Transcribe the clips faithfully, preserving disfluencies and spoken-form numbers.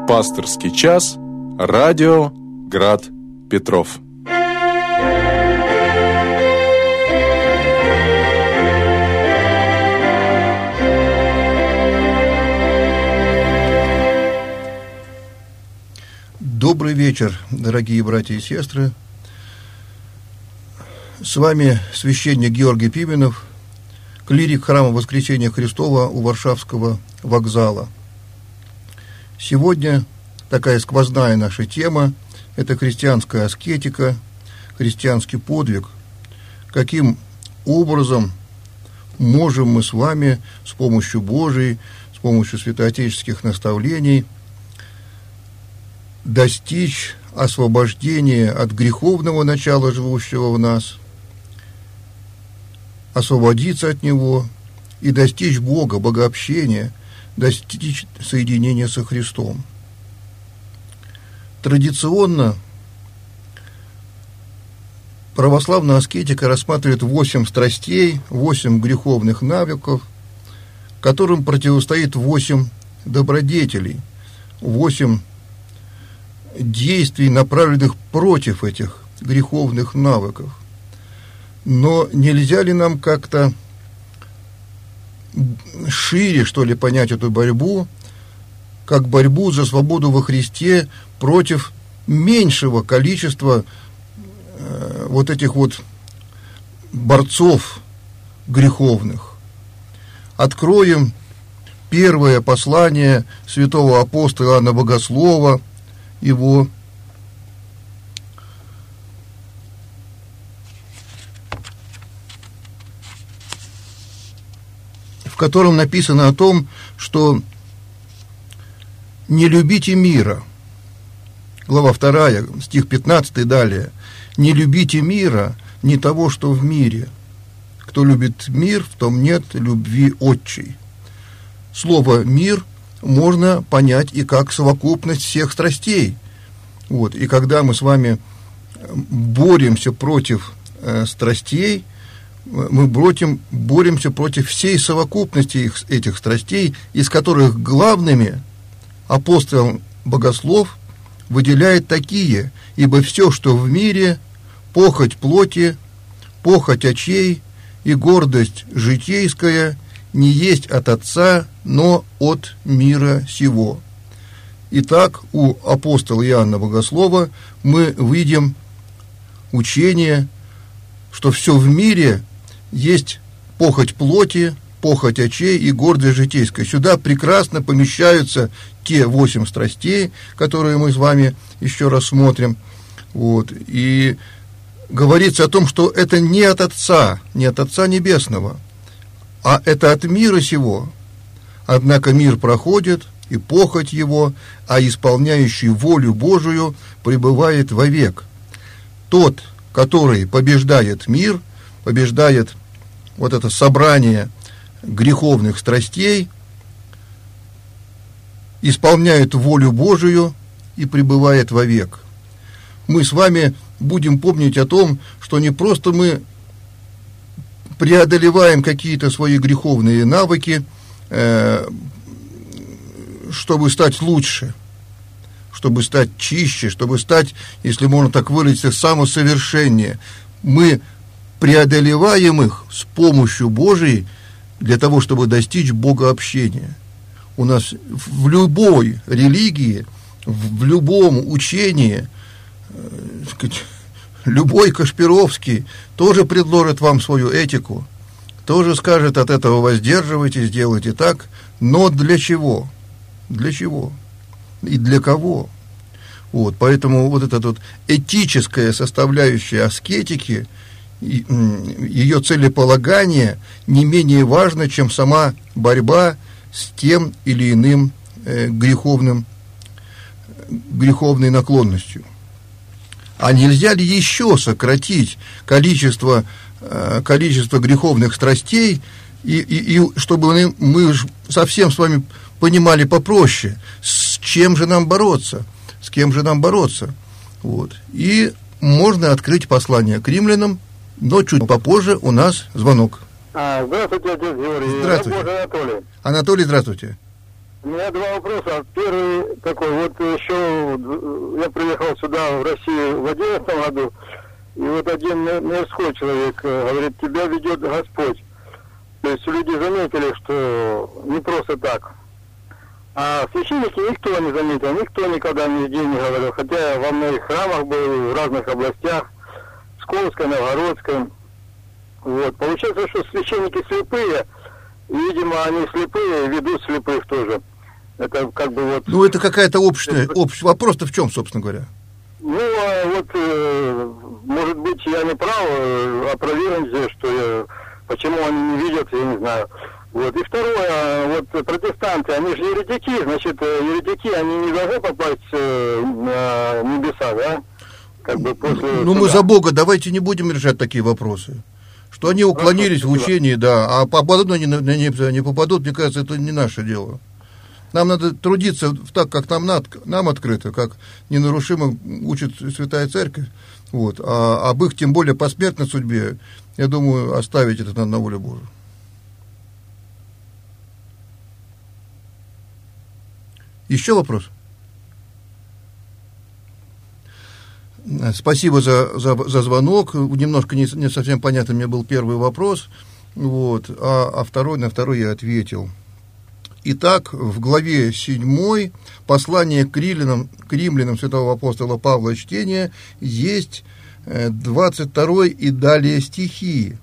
Пасторский час. Радио Град Петров. Добрый вечер, дорогие братья и сестры. С вами священник Георгий Пименов, клирик храма Воскресения Христова у Варшавского вокзала. Сегодня такая сквозная наша тема – это христианская аскетика, христианский подвиг. Каким образом можем мы с вами с помощью Божией, с помощью святоотеческих наставлений достичь освобождения от греховного начала, живущего в нас, освободиться от него и достичь Бога, богообщения, достичь соединения со Христом. Традиционно православная аскетика рассматривает восемь страстей, восемь греховных навыков, которым противостоит восемь добродетелей, восемь действий, направленных против этих греховных навыков. Но нельзя ли нам как-то шире, что ли, понять эту борьбу, как борьбу за свободу во Христе против меньшего количества э, вот этих вот борцов греховных? Откроем первое послание святого апостола Иоанна Богослова, его в котором написано о том, что не любите мира. Глава вторая, стих пятнадцатый далее. Не любите мира, не того, что в мире. Кто любит мир, в том нет любви отчей. Слово «мир» можно понять и как совокупность всех страстей. Вот. И когда мы с вами боремся против э, страстей, мы против, боремся против всей совокупности их, этих страстей, из которых главными апостол Богослов выделяет такие: ибо все, что в мире, похоть плоти, похоть очей и гордость житейская, не есть от Отца, но от мира сего. Итак, у апостола Иоанна Богослова мы видим учение, что все в мире есть похоть плоти, похоть очей и гордость житейская. Сюда прекрасно помещаются те восемь страстей, которые мы с вами еще рассмотрим. Вот. И говорится о том, что это не от Отца, не от Отца Небесного, а это от мира сего. Однако мир проходит, и похоть его, а исполняющий волю Божию пребывает вовек. Тот, который побеждает мир, побеждает вот это собрание греховных страстей, исполняет волю Божию и пребывает вовек. Мы с вами будем помнить о том, что не просто мы преодолеваем какие-то свои греховные навыки, э, чтобы стать лучше, чтобы стать чище, чтобы стать, если можно так выразиться, самосовершеннее. Мы преодолеваем их с помощью Божией для того, чтобы достичь богообщения. У нас в любой религии, в любом учении, э, сказать, любой Кашпировский тоже предложит вам свою этику, тоже скажет: от этого воздерживайтесь, делайте так. Но для чего? Для чего? И для кого? Вот, поэтому вот эта вот этическая составляющая аскетики, ее целеполагание не менее важно, чем сама борьба с тем или иным э, греховным, греховной наклонностью. А нельзя ли еще сократить количество, э, количество греховных страстей, и, и, и чтобы мы, мы совсем с вами понимали попроще, с чем же нам бороться, с кем же нам бороться. Вот. И можно открыть послание к римлянам, но чуть попозже у нас звонок. А, здравствуйте, отец Георгий. Здравствуйте. Анатолий. Анатолий, здравствуйте. У меня два вопроса. Первый такой, вот еще я приехал сюда, в Россию, в одиннадцатом году, и вот один мирской человек говорит, тебя ведет Господь. То есть люди заметили, что не просто так. А священники никто не заметил, никто никогда нигде не говорил, хотя я во многих храмах был, в разных областях, Псковской, Новгородской. Вот. Получается, что священники слепые, и, видимо, они слепые, ведут слепых тоже. Это как бы вот... Ну, это какая-то общая... Общ... Вопрос-то в чем, собственно говоря? Ну, а вот, э, может быть, я не прав, э, опровергните, что я... Почему они не видят, я не знаю. Вот. И второе, вот протестанты, они же еретики, значит, еретики, они не должны попасть э, на небеса, да? Как бы после... Ну, мы за Бога, давайте не будем решать такие вопросы. Что они уклонились Хорошо, в учении, да, а попадут они на небеса, не попадут, мне кажется, это не наше дело. Нам надо трудиться так, как нам, над, нам открыто, как ненарушимо учит Святая Церковь. Вот. А об их, тем более, посмертной судьбе, я думаю, оставить это на волю Божию. Еще вопрос? Спасибо за, за, за звонок. Немножко не, не совсем понятно мне был первый вопрос. Вот. А, а второй, на второй я ответил. Итак, в главе седьмой послания к римлянам, к римлянам святого апостола Павла чтения есть двадцать второй и далее стихи.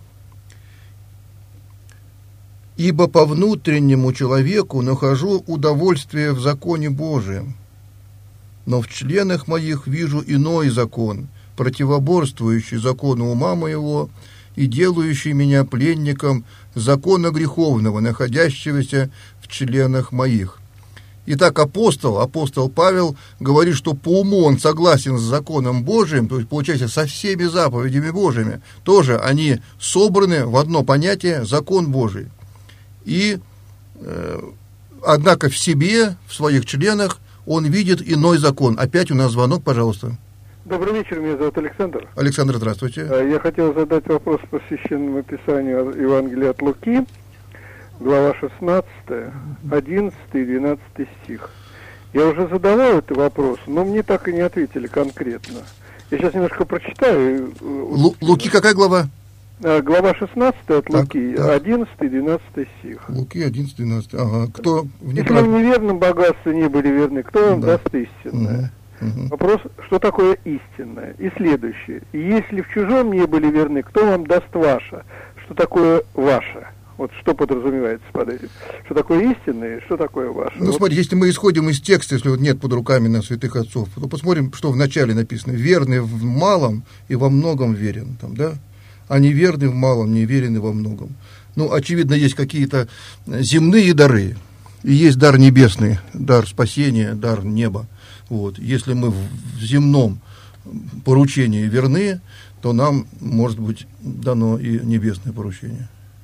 «Ибо по внутреннему человеку нахожу удовольствие в законе Божием, но в членах моих вижу иной закон, противоборствующий закону ума моего и делающий меня пленником закона греховного, находящегося в членах моих». Итак, апостол, апостол Павел говорит, что по уму он согласен с законом Божиим, то есть, получается, со всеми заповедями Божьими, тоже они собраны в одно понятие «закон Божий». И, э, однако, в себе, в своих членах, он видит иной закон. Опять у нас звонок, пожалуйста. Добрый вечер, меня зовут Александр. Александр, здравствуйте. Я хотел задать вопрос по Священному Писанию Евангелия от Луки, глава шестнадцатая, одиннадцатый и двенадцатый стих. Я уже задавал этот вопрос, но мне так и не ответили конкретно. Я сейчас немножко прочитаю. Лу- Луки какая глава? Глава шестнадцатая от так, Луки, так. одиннадцатый и двенадцатый стих. Луки одиннадцатый, двенадцатый. Ага. Кто в Если в неверном богатстве не были верны, кто вам да. даст истинное? Угу. Угу. Вопрос, что такое истинное? И следующее. Если в чужом не были верны, кто вам даст ваше? Что такое ваше? Вот что подразумевается под этим? Что такое истинное и что такое ваше? Ну, вот. смотрите, если мы исходим из текста, если вот нет под руками на святых отцов, то посмотрим, что в начале написано. «Верный в малом и во многом верен». Там, да? А неверный в малом, неверенный во многом. Ну, очевидно, есть какие-то земные дары, и есть дар небесный, дар спасения, дар неба. Вот. Если мы в земном поручении верны, то нам может быть дано и небесное поручение.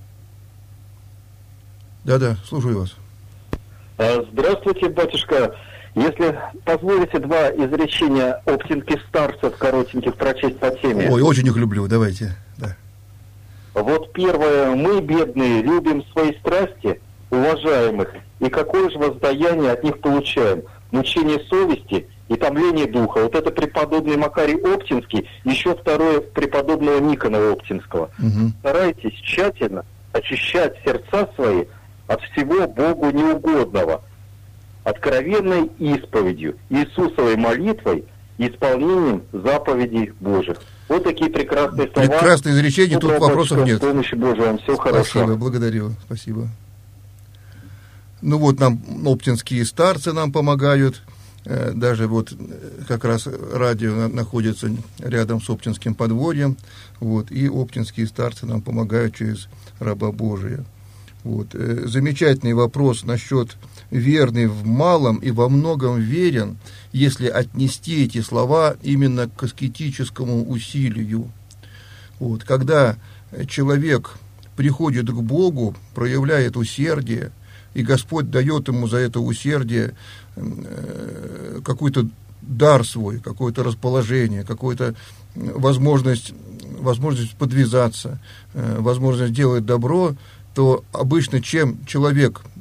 Да-да, слушаю вас. Здравствуйте, батюшка. Если позволите два изречения оптинских старцев коротеньких прочесть по теме. Ой, очень их люблю, давайте. Да. Вот первое. Мы, бедные, любим свои страсти, уважаемых, и какое же воздаяние от них получаем? Мучение совести и томление духа. Вот это преподобный Макарий Оптинский, еще второе преподобного Никона Оптинского. Угу. Старайтесь тщательно очищать сердца свои от всего Богу неугодного, откровенной исповедью, Иисусовой молитвой и исполнением заповедей Божьих. Вот такие прекрасные слова. Прекрасные изречения, тут вопросов нет. С помощью Божьей вам все Спасибо, хорошо. Спасибо, благодарю, спасибо. Ну вот нам оптинские старцы нам помогают, даже вот как раз радио находится рядом с Оптинским подворьем, вот, и оптинские старцы нам помогают через раба Божия. Вот. Замечательный вопрос насчет верный в малом и во многом верен, если отнести эти слова именно к аскетическому усилию. Вот. Когда человек приходит к Богу, проявляет усердие, и Господь дает ему за это усердие какой-то дар свой, какое-то расположение, какую-то возможность, возможность подвязаться, возможность делать добро, то обычно чем человек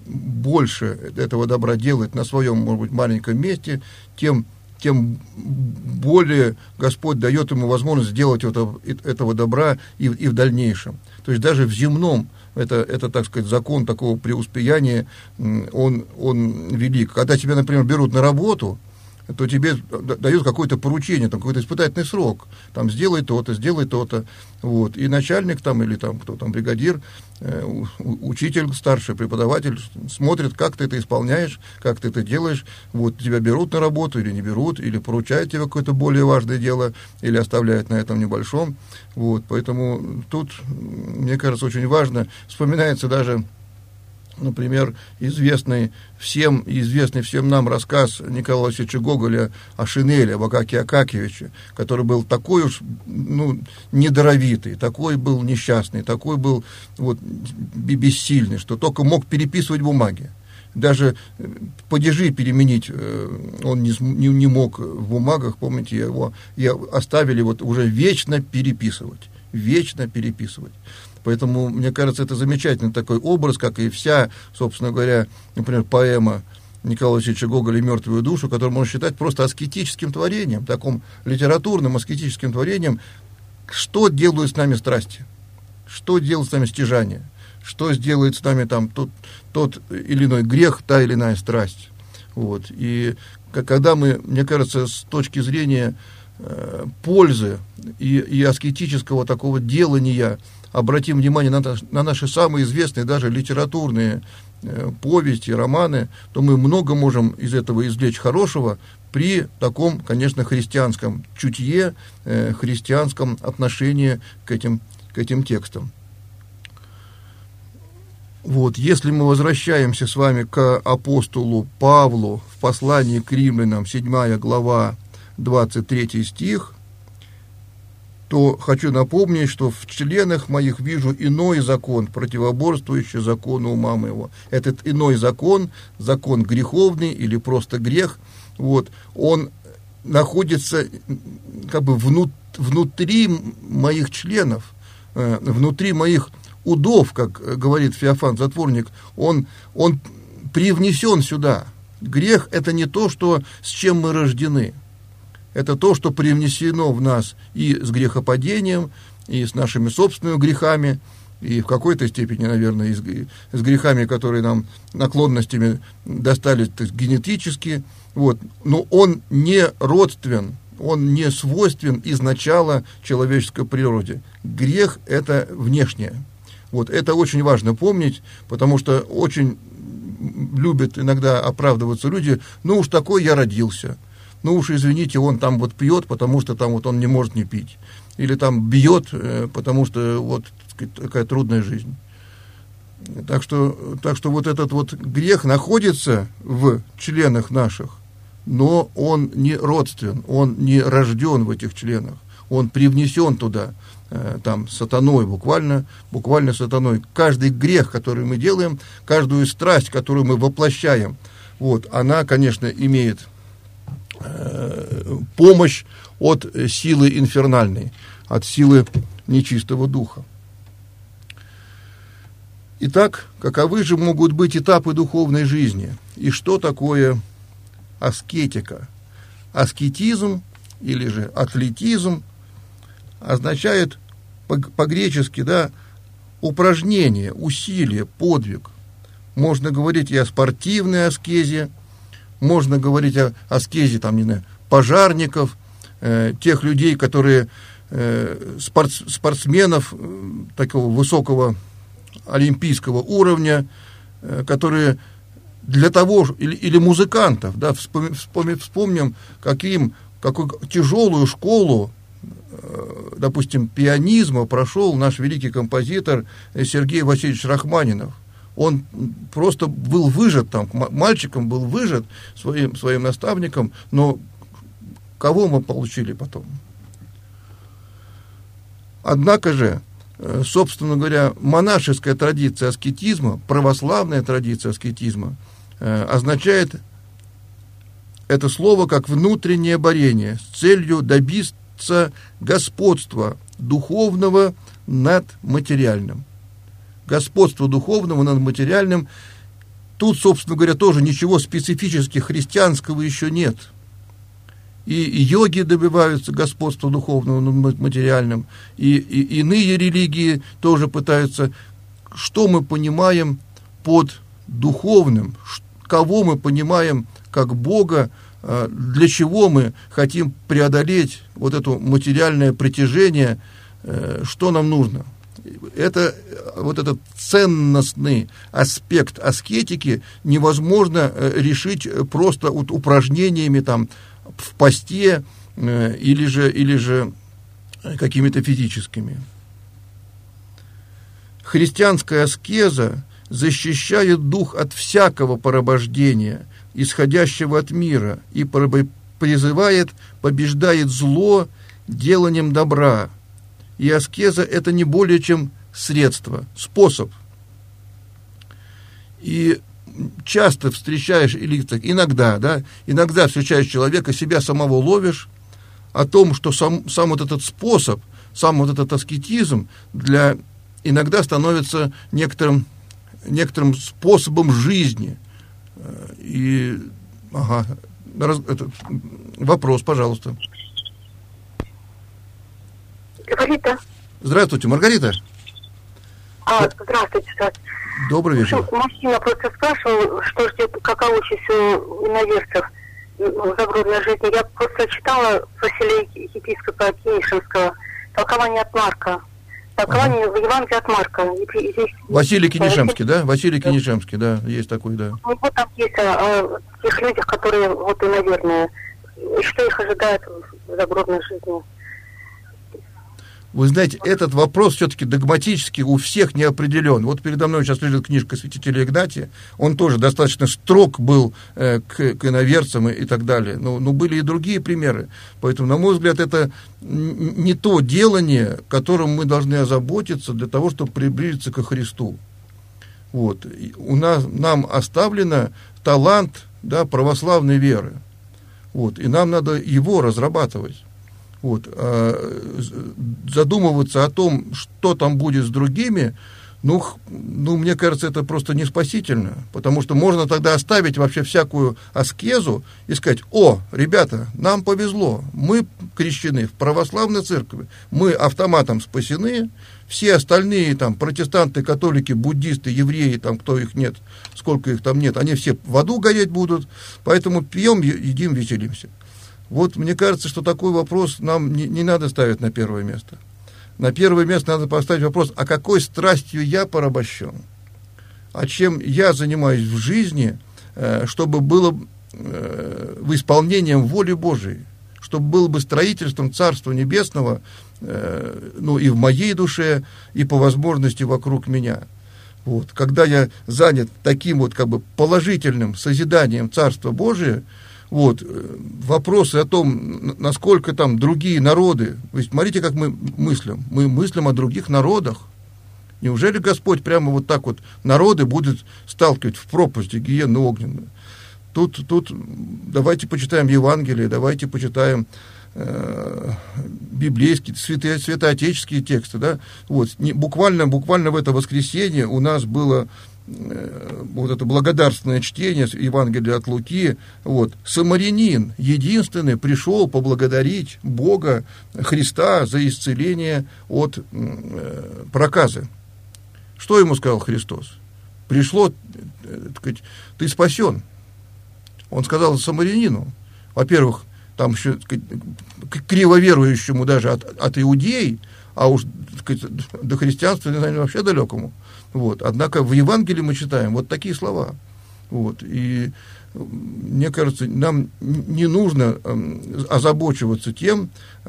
больше этого добра делает на своем, может быть, маленьком месте, тем, тем более Господь дает ему возможность сделать это, этого добра и, и в дальнейшем. То есть даже в земном, это, это, так сказать, закон такого преуспеяния, он, он велик. Когда тебя, например, берут на работу, то тебе дают какое-то поручение, там, какой-то испытательный срок, там, сделай то-то, сделай то-то, вот, и начальник там, или там, кто там, бригадир, э, учитель, старший преподаватель смотрит, как ты это исполняешь, как ты это делаешь, вот, тебя берут на работу или не берут, или поручают тебе какое-то более важное дело, или оставляют на этом небольшом, вот, поэтому тут, мне кажется, очень важно, вспоминается даже, например, известный всем, известный всем нам рассказ Николая Васильевича Гоголя о Шинеле, об Акакии Акакиевиче, который был такой уж, ну, недоровитый, такой был несчастный, такой был вот бессильный, что только мог переписывать бумаги. Даже падежи переменить он не, не, не мог в бумагах, помните, его я оставили вот уже вечно переписывать, вечно переписывать. Поэтому, мне кажется, это замечательный такой образ, как и вся, собственно говоря, например, поэма Николая Васильевича Гоголя «Мертвую душу», которую можно считать просто аскетическим творением, таким литературным аскетическим творением. Что делают с нами страсти? Что делает с нами стяжание? Что сделает с нами там тот, тот или иной грех, та или иная страсть? Вот. И когда мы, мне кажется, с точки зрения э, пользы и, и аскетического такого делания обратим внимание на, на наши самые известные даже литературные э, повести, романы, то мы много можем из этого извлечь хорошего при таком, конечно, христианском чутье, э, христианском отношении к этим, к этим текстам. Вот, если мы возвращаемся с вами к апостолу Павлу в послании к римлянам, седьмая глава, двадцать третий стих, то хочу напомнить, что в членах моих вижу иной закон, противоборствующий закону ума моего. Этот иной закон, закон греховный или просто грех, вот, он находится как бы внут, внутри моих членов, э, внутри моих удов, как говорит Феофан Затворник, он, он привнесен сюда. Грех – это не то, что, с чем мы рождены. Это то, что привнесено в нас и с грехопадением, и с нашими собственными грехами, и в какой-то степени, наверное, и с, и с грехами, которые нам наклонностями достались, так, генетически. Вот. Но он не родствен, он не свойствен изначала человеческой природе. Грех – это внешнее. Вот. Это очень важно помнить, потому что очень любят иногда оправдываться люди: ну уж такой я родился. Ну уж, извините, он там вот пьет, потому что там вот он не может не пить. Или там бьет, потому что вот, так сказать, такая трудная жизнь. Так что, так что вот этот вот грех находится в членах наших, но он не родствен, он не рожден в этих членах, он привнесен туда, там, сатаной, буквально, буквально сатаной. Каждый грех, который мы делаем, каждую страсть, которую мы воплощаем, вот, она, конечно, имеет помощь от силы инфернальной, от силы нечистого духа. Итак, каковы же могут быть этапы духовной жизни? И что такое аскетика? Аскетизм, или же атлетизм, означает по-гречески, да, упражнение, усилие, подвиг. Можно говорить и о спортивной аскезе, можно говорить о аскезе, там, не знаю, пожарников, э, тех людей, которые, э, спорт, спортсменов э, такого высокого олимпийского уровня, э, которые для того, или, или музыкантов, да, вспомним, вспомним, вспомним каким, какую тяжелую школу, э, допустим, пианизма прошел наш великий композитор Сергей Васильевич Рахманинов. Он просто был выжат там, мальчиком был выжат своим, своим наставником, но кого мы получили потом? Однако же, собственно говоря, монашеская традиция аскетизма, православная традиция аскетизма означает это слово как внутреннее борение с целью добиться господства духовного над материальным. Господство духовного над материальным тут, собственно говоря, тоже ничего специфически христианского еще нет. И, и йоги добиваются господства духовного над материальным, и, и иные религии тоже пытаются. Что мы понимаем под духовным, кого мы понимаем как Бога, для чего мы хотим преодолеть вот это материальное притяжение, что нам нужно. Это, вот этот ценностный аспект аскетики невозможно решить просто вот упражнениями там, в посте или же, или же какими-то физическими. Христианская аскеза защищает дух от всякого порабождения, исходящего от мира, и призывает, побеждает зло деланием добра. И аскеза – это не более чем средство, способ. И часто встречаешь, или так, иногда, да, иногда встречаешь человека, себя самого ловишь, о том, что сам, сам вот этот способ, сам вот этот аскетизм для, иногда становится некоторым, некоторым способом жизни. И, ага, раз, это, вопрос, пожалуйста. Маргарита. Здравствуйте, Маргарита. А, здравствуйте, здравствуйте. Добрый вечер. Мужчина просто спрашивал, что ждет, каково участь у иноверцев в загробной жизни. Я просто читала Василия епископа Кинишемского, толкование от Марка. Толкование ага. в Евангелии от Марка. И здесь Василий Кинишемский, да? Василий Кинишемский, да, есть такой, да. Ну, вот там есть о, о тех людях, которые вот и, наверное, и что их ожидает в загробной жизни. Вы знаете, этот вопрос все-таки догматически у всех не определен. Вот передо мной сейчас лежит книжка святителя Игнатия. Он тоже достаточно строг был э, к, к иноверцам и, и так далее. Но, но были и другие примеры. Поэтому, на мой взгляд, это не то делание, которым мы должны озаботиться для того, чтобы приблизиться ко Христу. Вот. И у нас, нам оставлено талант, да, православной веры. Вот. И нам надо его разрабатывать. Вот, задумываться о том, что там будет с другими, ну, ну, мне кажется, это просто не спасительно, потому что можно тогда оставить вообще всякую аскезу и сказать: о, ребята, нам повезло, мы крещены в православной церкви, мы автоматом спасены, все остальные там протестанты, католики, буддисты, евреи, там кто их нет, сколько их там нет, они все в аду гореть будут, поэтому пьем, едим, веселимся. Вот мне кажется, что такой вопрос нам не, не надо ставить на первое место. На первое место надо поставить вопрос: а какой страстью я порабощен? А чем я занимаюсь в жизни, чтобы было в исполнением воли Божией, чтобы было бы строительством Царства Небесного, ну, и в моей душе, и по возможности вокруг меня. Вот. Когда я занят таким вот как бы положительным созиданием Царства Божия, вот, вопросы о том, насколько там другие народы, вы смотрите, как мы мыслим, мы мыслим о других народах. Неужели Господь прямо вот так вот народы будет сталкивать в пропасти гиенны огненную? Тут, тут давайте почитаем Евангелие, давайте почитаем э, библейские, святые, святоотеческие тексты, да? Вот, не, буквально, буквально в это воскресенье у нас было вот это благодарственное чтение Евангелия от Луки. Вот. Самарянин единственный пришел поблагодарить Бога, Христа, за исцеление от э, проказы. Что ему сказал Христос? Пришло, так сказать, ты спасен. Он сказал самарянину, во-первых, там еще, так сказать, кривоверующему даже от, от иудей, а уж, так сказать, до христианства, не знаю, вообще далекому. Вот. Однако в Евангелии мы читаем вот такие слова. Вот. И мне кажется, нам не нужно озабочиваться тем,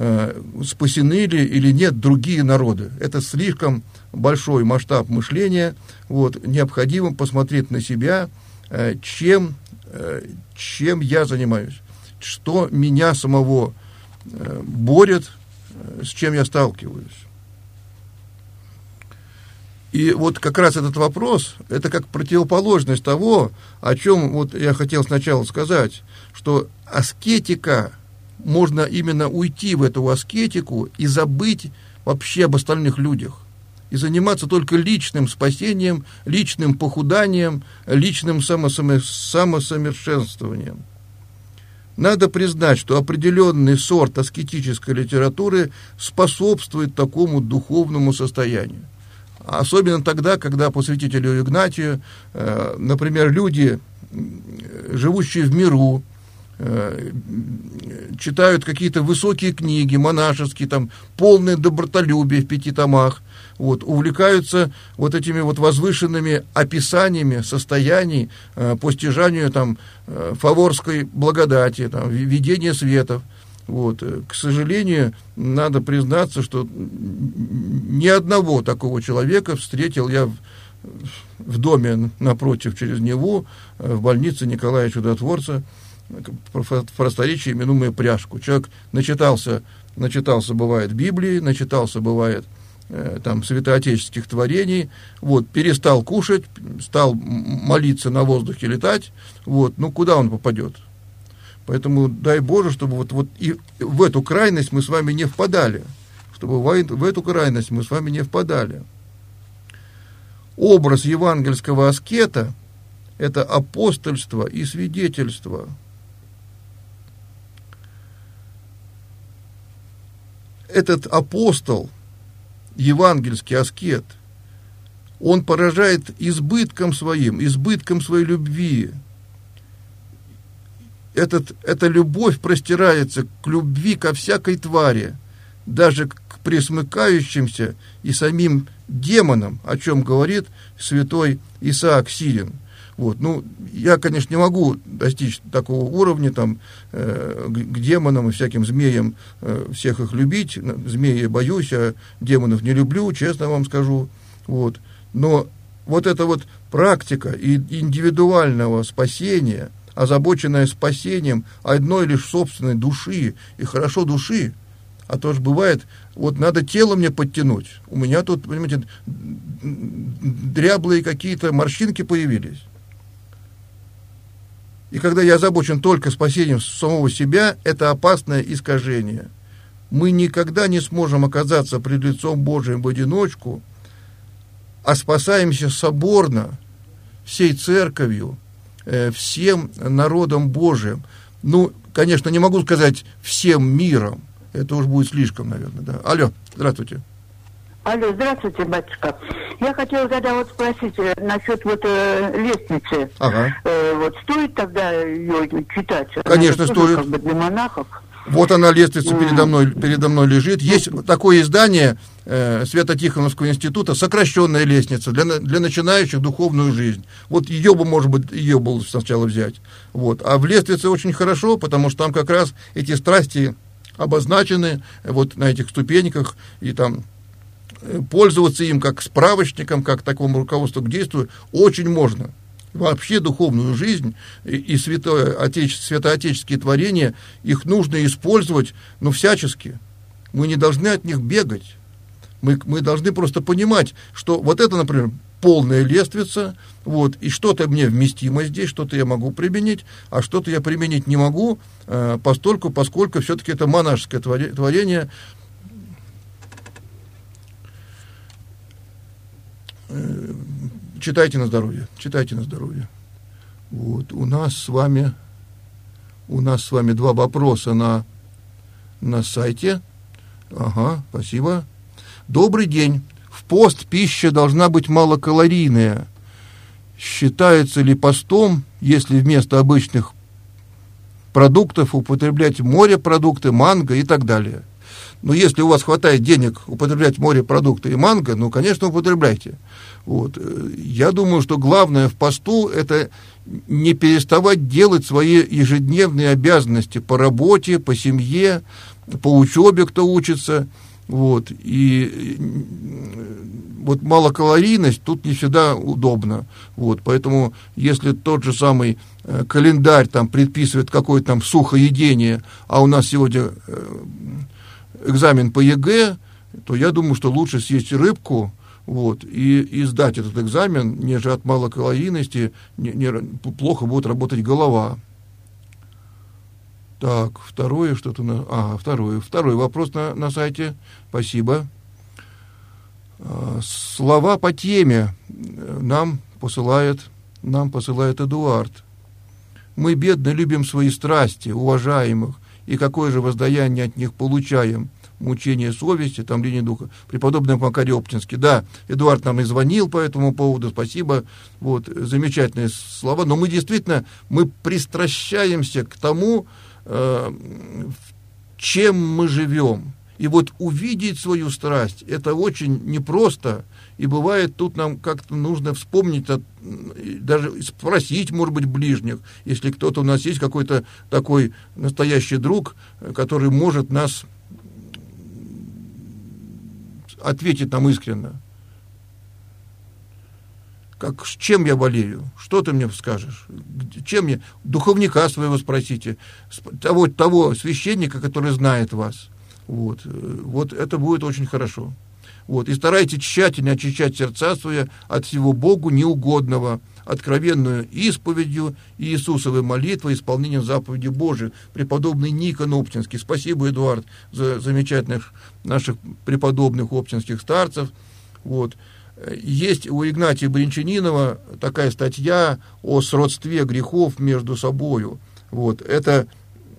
спасены ли или нет другие народы. Это слишком большой масштаб мышления. Вот. Необходимо посмотреть на себя, чем, чем я занимаюсь, что меня самого борет, с чем я сталкиваюсь. И вот как раз этот вопрос, это как противоположность того, о чем вот я хотел сначала сказать, что аскетика, можно именно уйти в эту аскетику и забыть вообще об остальных людях, и и заниматься только личным спасением, личным похуданием, личным самосовершенствованием. Надо признать, что определенный сорт аскетической литературы способствует такому духовному состоянию. Особенно тогда, когда по святителю Игнатию, э, например, люди, живущие в миру, э, читают какие-то высокие книги, монашеские, там, полные добротолюбия в пяти томах, вот, увлекаются вот этими вот возвышенными описаниями состояний э, по стяжанию там, э, фаворской благодати, там, видения светов. Вот. К сожалению, надо признаться, что ни одного такого человека встретил я в, в доме напротив через Неву, в больнице Николая Чудотворца, в просторечии именуемую Пряжку. Человек начитался, начитался, бывает, Библии, начитался, бывает, там, святоотеческих творений, вот, перестал кушать, стал молиться, на воздухе летать, вот, ну, куда он попадет? Поэтому дай Боже, чтобы вот, вот и в эту крайность мы с вами не впадали, чтобы в эту крайность мы с вами не впадали. Образ евангельского аскета – это апостольство и свидетельство. Этот апостол, евангельский аскет, он поражает избытком своим, избытком своей любви. Этот, эта любовь простирается к любви ко всякой твари, даже к пресмыкающимся и самим демонам, о чем говорит святой Исаак Сирин. Вот. Ну, я, конечно, не могу достичь такого уровня, там, э, к демонам и всяким змеям, э, всех их любить. Змеи я боюсь, а демонов не люблю, честно вам скажу. Вот. Но вот эта вот практика индивидуального спасения, озабоченная спасением одной лишь собственной души, и хорошо души, а то же бывает, вот надо тело мне подтянуть, у меня тут, понимаете, дряблые какие-то морщинки появились. И когда я озабочен только спасением самого себя, это опасное искажение. Мы никогда не сможем оказаться пред лицом Божиим в одиночку, а спасаемся соборно, всей церковью, всем народом Божиим. Ну, конечно, не могу сказать всем миром. Это уж будет слишком, наверное, да. Алло, здравствуйте. Алло, здравствуйте, батюшка. Я хотела тогда вот спросить насчет вот э, лестницы. Ага. Э, вот стоит тогда ее читать? Конечно, она стоит. Как бы для монахов. Вот она, лестница, mm. передо мной, передо мной лежит. Есть mm. такое издание э, Свято-Тихоновского института, сокращенная лестница для, для начинающих духовную жизнь. Вот ее бы, может быть, ее было сначала взять. Вот. А в лестнице очень хорошо, потому что там как раз эти страсти обозначены вот на этих ступеньках, и там пользоваться им как справочником, как такому руководству к действию очень можно. Вообще духовную жизнь и святое, отече, святоотеческие творения, их нужно использовать, ну, всячески. Мы не должны от них бегать. Мы, мы должны просто понимать, что вот это, например, полная лестница, вот, и что-то мне вместимо здесь, что-то я могу применить, а что-то я применить не могу, э, постольку, поскольку все-таки это монашеское творение. Э, читайте на здоровье, читайте на здоровье. Вот, у нас с вами, у нас с вами два вопроса на, на сайте. Ага, спасибо. Добрый день. В пост пища должна быть малокалорийная. Считается ли постом, если вместо обычных продуктов употреблять морепродукты, манго и так далее? Но если у вас хватает денег употреблять морепродукты и манго, ну, конечно, употребляйте. Вот. Я думаю, что главное в посту – это не переставать делать свои ежедневные обязанности по работе, по семье, по учебе, кто учится. Вот. И вот малокалорийность тут не всегда удобно. Вот. Поэтому если тот же самый календарь там предписывает какое-то там сухоедение, а у нас сегодня экзамен по ЕГЭ, то я думаю, что лучше съесть рыбку, вот, и, и сдать этот экзамен, нежели от малокалорийности не, не, плохо будет работать голова. Так, второе что-то... На, а, второе, второй вопрос на, на сайте. Спасибо. Слова по теме нам посылает, нам посылает Эдуард. Мы, бедно, любим свои страсти, уважаемых, и какое же воздаяние от них получаем? Мучение совести, томление духа. Преподобный Макарий Оптинский. Да, Эдуард нам и звонил по этому поводу, спасибо. Вот, замечательные слова. Но мы действительно, мы пристращаемся к тому, э, чем мы живем. И вот увидеть свою страсть, это очень непросто. И бывает, тут нам как-то нужно вспомнить, даже спросить, может быть, ближних, если кто-то у нас есть, какой-то такой настоящий друг, который может нас ответить нам искренне. Как, с чем я болею? Что ты мне скажешь? Чем я? Духовника своего спросите, того, того священника, который знает вас. Вот, вот это будет очень хорошо. Вот, и старайтесь тщательно очищать сердца свои от всего Богу неугодного, откровенную исповедью Иисусовой молитвой, исполнением заповеди Божией. Преподобный Никон Оптинский. Спасибо, Эдуард, за замечательных наших преподобных оптинских старцев. Вот. Есть у Игнатия Бринчанинова такая статья о сродстве грехов между собою. Вот. Это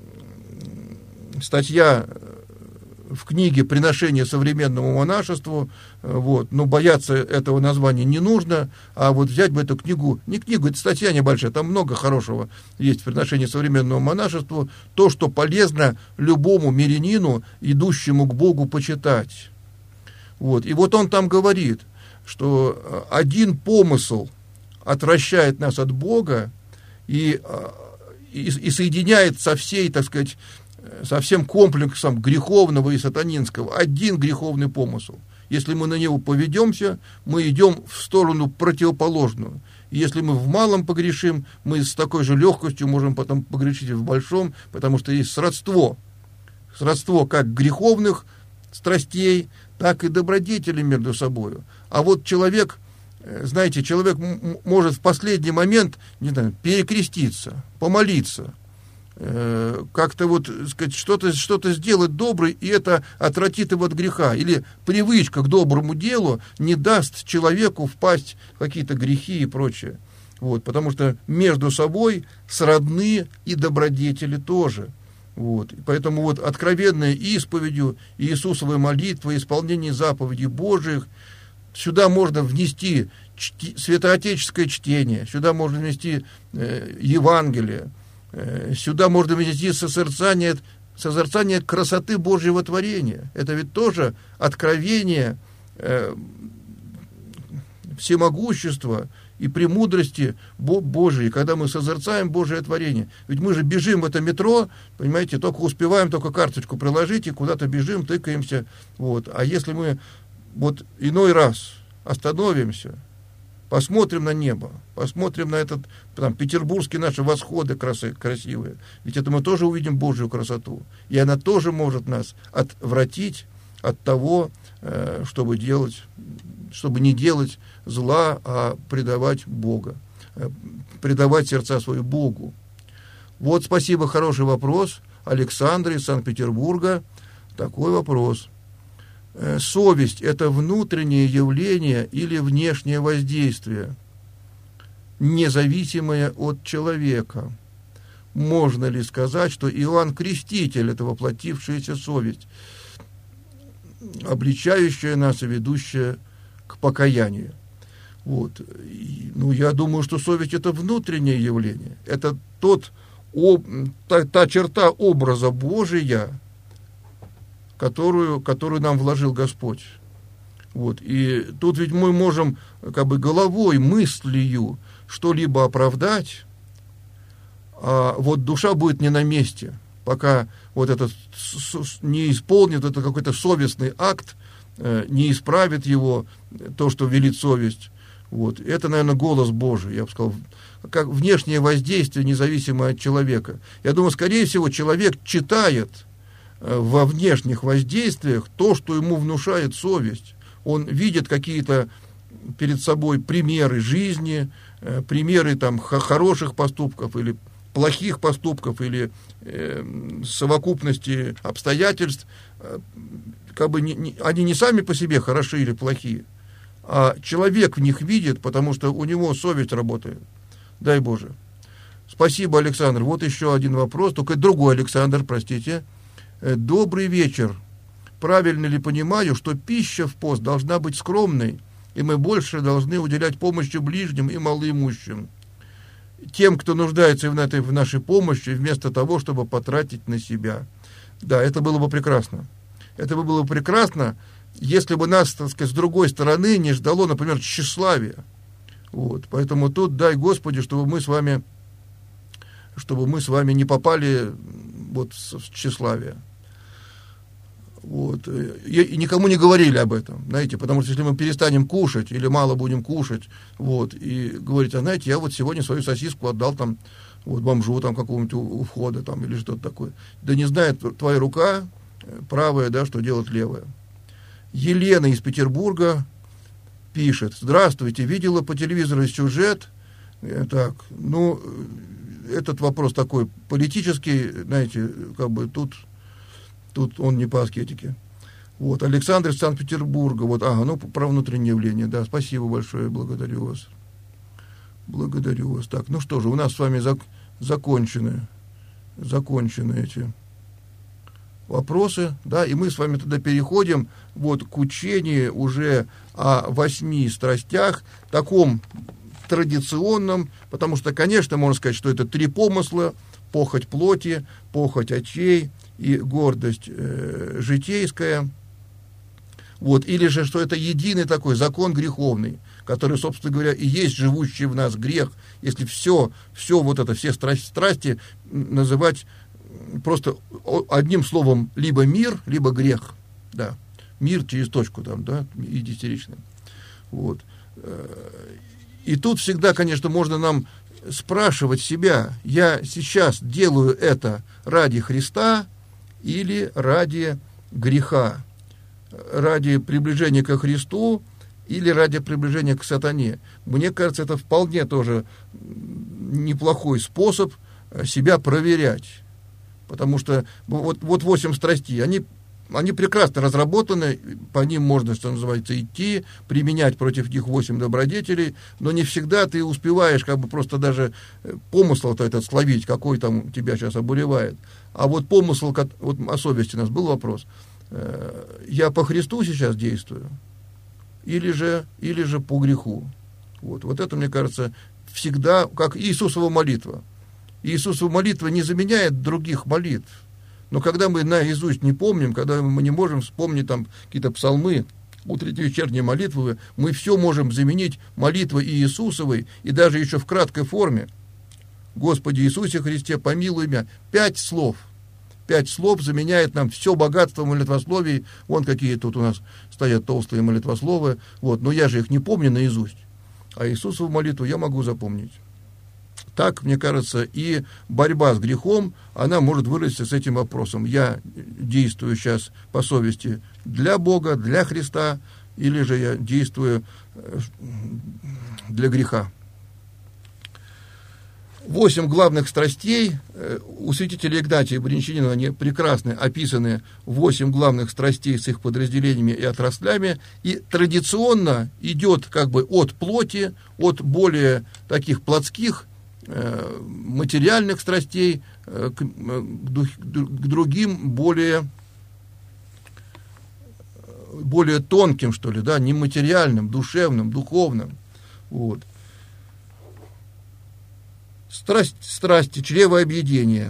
статья в книге «Приношение современному монашеству», вот, но бояться этого названия не нужно, а вот взять бы эту книгу, не книгу, это статья небольшая, там много хорошего есть в «Приношении современному монашеству», то, что полезно любому мирянину, идущему к Богу, почитать. Вот, и вот он там говорит, что один помысл отвращает нас от Бога и, и, и соединяет со всей, так сказать, со всем комплексом греховного и сатанинского один греховный помысл. Если мы на него поведемся, мы идем в сторону противоположную. И если мы в малом погрешим, мы с такой же легкостью можем потом погрешить и в большом, потому что есть сродство. Сродство как греховных страстей, так и добродетелей между собой. А вот человек, знаете, человек может в последний момент, не знаю, перекреститься, помолиться, как-то вот, сказать, что-то, что-то сделать доброе, и это отвратит его от греха. Или привычка к доброму делу не даст человеку впасть в какие-то грехи и прочее. Вот, потому что между собой сродны и добродетели тоже. Вот, поэтому вот откровенной исповедью, Иисусовой молитвой, исполнение заповедей Божьих, сюда можно внести чти, святоотеческое чтение, сюда можно внести э, Евангелие, сюда можно внести созерцание, созерцание красоты Божьего творения. Это ведь тоже откровение э, всемогущества и премудрости Божией, когда мы созерцаем Божие творение. Ведь мы же бежим в это метро, понимаете, только успеваем только карточку приложить и куда-то бежим, тыкаемся. Вот. А если мы вот иной раз остановимся, посмотрим на небо, посмотрим на этот, там, петербургские наши восходы красы, красивые. Ведь это мы тоже увидим Божью красоту. И она тоже может нас отвратить от того, э, чтобы делать, чтобы не делать зла, а предавать Бога, э, предавать сердца свои Богу. Вот, спасибо, хороший вопрос. Александр из Санкт-Петербурга. Такой вопрос. Совесть – это внутреннее явление или внешнее воздействие, независимое от человека. Можно ли сказать, что Иоанн Креститель – это воплотившаяся совесть, обличающая нас и ведущая к покаянию? Вот. И, ну, я думаю, что совесть – это внутреннее явление, это тот, об, та, та черта образа Божия, Которую, которую нам вложил Господь. Вот. И тут ведь мы можем как бы головой, мыслью что-либо оправдать, а вот душа будет не на месте, пока вот этот не исполнит, это какой-то совестный акт, не исправит его, то, что велит совесть. Вот. Это, наверное, голос Божий, я бы сказал, как внешнее воздействие, независимое от человека. Я думаю, скорее всего, человек читает во внешних воздействиях то, что ему внушает совесть. Он видит какие-то перед собой примеры жизни, примеры там хороших поступков или плохих поступков или э, совокупности обстоятельств, э, как бы не, не, они не сами по себе хороши или плохие, а человек в них видит, потому что у него совесть работает. Дай Боже. Спасибо, Александр. Вот еще один вопрос, только другой Александр, простите. Добрый вечер. Правильно ли понимаю, что пища в пост должна быть скромной, и мы больше должны уделять помощи ближним и малоимущим, тем, кто нуждается в, этой, в нашей помощи, вместо того, чтобы потратить на себя? Да, это было бы прекрасно. Это бы было бы прекрасно, если бы нас, так сказать, с другой стороны не ждало, например, тщеславие. Вот. Поэтому тут дай Господи, чтобы мы с вами, чтобы мы с вами не попали вот в тщеславие. Вот. И никому не говорили об этом, знаете, потому что если мы перестанем кушать или мало будем кушать, вот, и говорить, а знаете, я вот сегодня свою сосиску отдал там вот бомжу там какому-нибудь у входа там или что-то такое. Да не знает твоя рука правая, да, что делать левая. Елена из Петербурга пишет: здравствуйте, видела по телевизору сюжет. Так, ну, этот вопрос такой политический, знаете, как бы тут, тут он не по аскетике. Вот, Александр из Санкт-Петербурга, вот, ага, ну, про внутреннее явление, да, спасибо большое, благодарю вас. Благодарю вас. Так, ну что же, у нас с вами зак- закончены, закончены эти вопросы, да, и мы с вами тогда переходим вот к учению уже о восьми страстях, таком традиционном, потому что, конечно, можно сказать, что это три помысла: похоть плоти, похоть очей и гордость э, житейская. Вот, или же, что это единый такой закон греховный, который, собственно говоря, и есть живущий в нас грех, если все, все вот это, все страсти, страсти называть просто одним словом: либо мир, либо грех, да, мир через точку там, да, и дистеричный. Вот. И тут всегда, конечно, можно нам спрашивать себя: я сейчас делаю это ради Христа или ради греха, ради приближения ко Христу или ради приближения к сатане? Мне кажется, это вполне тоже неплохой способ себя проверять. Потому что вот, вот восемь страстей, они, они прекрасно разработаны, по ним можно, что называется, идти, применять против них восемь добродетелей, но не всегда ты успеваешь как бы просто даже помысл-то этот словить, какой там тебя сейчас обуревает. А вот помысл, вот о совести у нас был вопрос: я по Христу сейчас действую или же, или же по греху? Вот, вот это, мне кажется, всегда, как Иисусова молитва. Иисусова молитва не заменяет других молитв. Но когда мы наизусть не помним, когда мы не можем вспомнить там какие-то псалмы, утренние и вечерние молитвы, мы все можем заменить молитвой Иисусовой, и даже еще в краткой форме. Господи Иисусе Христе, помилуй меня. Пять слов. Пять слов заменяет нам все богатство молитвословий. Вон какие тут у нас стоят толстые молитвословы. Вот, но я же их не помню наизусть. А Иисусову молитву я могу запомнить. Так, мне кажется, и борьба с грехом, она может выразиться с этим вопросом: я действую сейчас по совести для Бога, для Христа, или же я действую для греха. Восемь главных страстей у святителя Игнатия Бринчанина, они прекрасно описаны, восемь главных страстей с их подразделениями и отраслями, и традиционно идет как бы от плоти, от более таких плотских, материальных страстей к, к, к другим более, более тонким, что ли, да, нематериальным, душевным, духовным. Вот. Страсть, страсти, чревообъедение.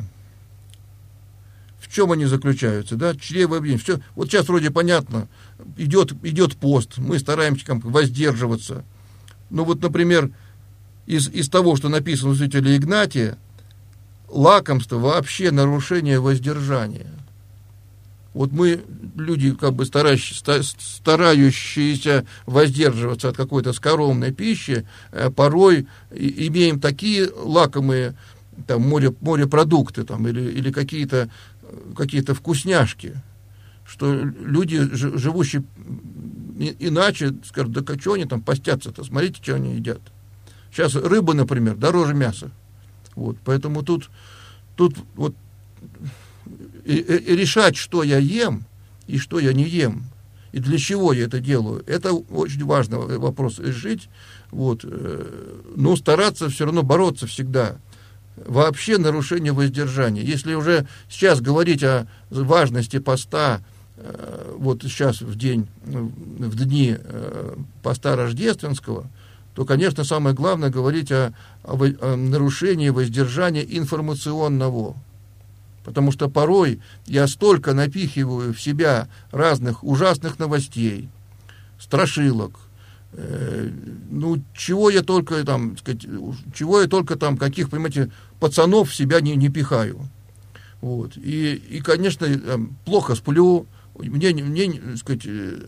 В чем они заключаются, да? Чревообъедение. Все, вот сейчас вроде понятно, идет, идет пост, мы стараемся как воздерживаться. Ну вот, например, Из, из того, что написано у святителя Игнатия, лакомство вообще нарушение воздержания. Вот мы, люди, как бы старающиеся, старающиеся воздерживаться от какой-то скоромной пищи, порой имеем такие лакомые там, море, морепродукты там, или, или какие-то, какие-то вкусняшки, что люди, живущие иначе, скажут: да что они там постятся-то, смотрите, что они едят. Сейчас рыба, например, дороже мяса. Вот, поэтому тут, тут вот и, и решать, что я ем и что я не ем, и для чего я это делаю, это очень важный вопрос решить. Вот, но стараться все равно бороться всегда. Вообще нарушение воздержания. Если уже сейчас говорить о важности поста, вот сейчас в день, в дни поста рождественского, то, конечно, самое главное говорить о, о, о нарушении воздержания информационного. Потому что порой я столько напихиваю в себя разных ужасных новостей, страшилок, э, ну, чего я только там, сказать, чего я только там, каких, понимаете, пацанов в себя не, не пихаю. Вот. И, и, конечно, плохо сплю, мне, мне сказать,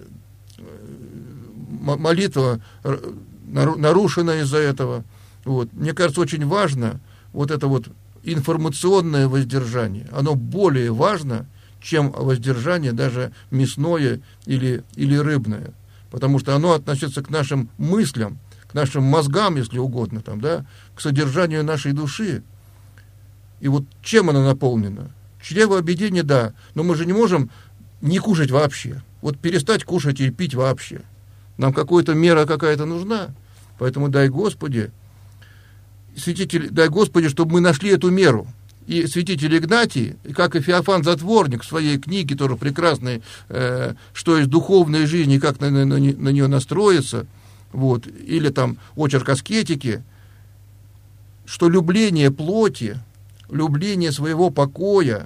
молитва нарушена из-за этого. Вот. Мне кажется, очень важно вот это вот информационное воздержание. Оно более важно, чем воздержание даже мясное или, или рыбное. Потому что оно относится к нашим мыслям, к нашим мозгам, если угодно, там, да, к содержанию нашей души. И вот чем оно наполнено? Чревообедение, да, но мы же не можем не кушать вообще. Вот перестать кушать и пить вообще. Нам какая-то мера какая-то нужна. Поэтому дай Господи, святитель, дай Господи, чтобы мы нашли эту меру. И святитель Игнатий, как и Феофан Затворник в своей книге, тоже прекрасной, э, что из духовной жизни, как на, на, на нее настроиться, вот, или там очерк аскетики, что любление плоти, любление своего покоя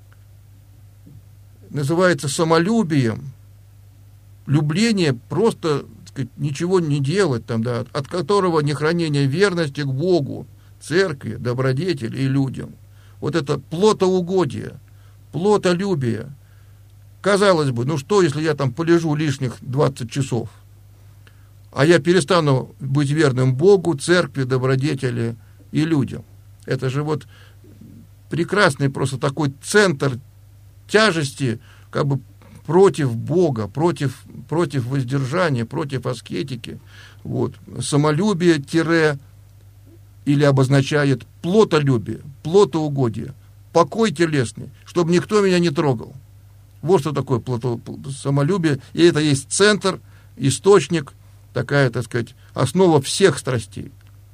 называется самолюбием, любление просто, так сказать, ничего не делать, там, да, от которого не хранение верности к Богу, церкви, добродетели и людям. Вот это плотоугодие, плотолюбие. Казалось бы, ну что, если я там полежу лишних двадцать часов, а я перестану быть верным Богу, церкви, добродетели и людям. Это же вот прекрасный просто такой центр тяжести, как бы против Бога, против, против воздержания, против аскетики. Вот. Самолюбие тире или обозначает плотолюбие, плотоугодие, покой телесный, чтобы никто меня не трогал. Вот что такое плото, самолюбие. И это есть центр, источник, такая, так сказать, основа всех страстей.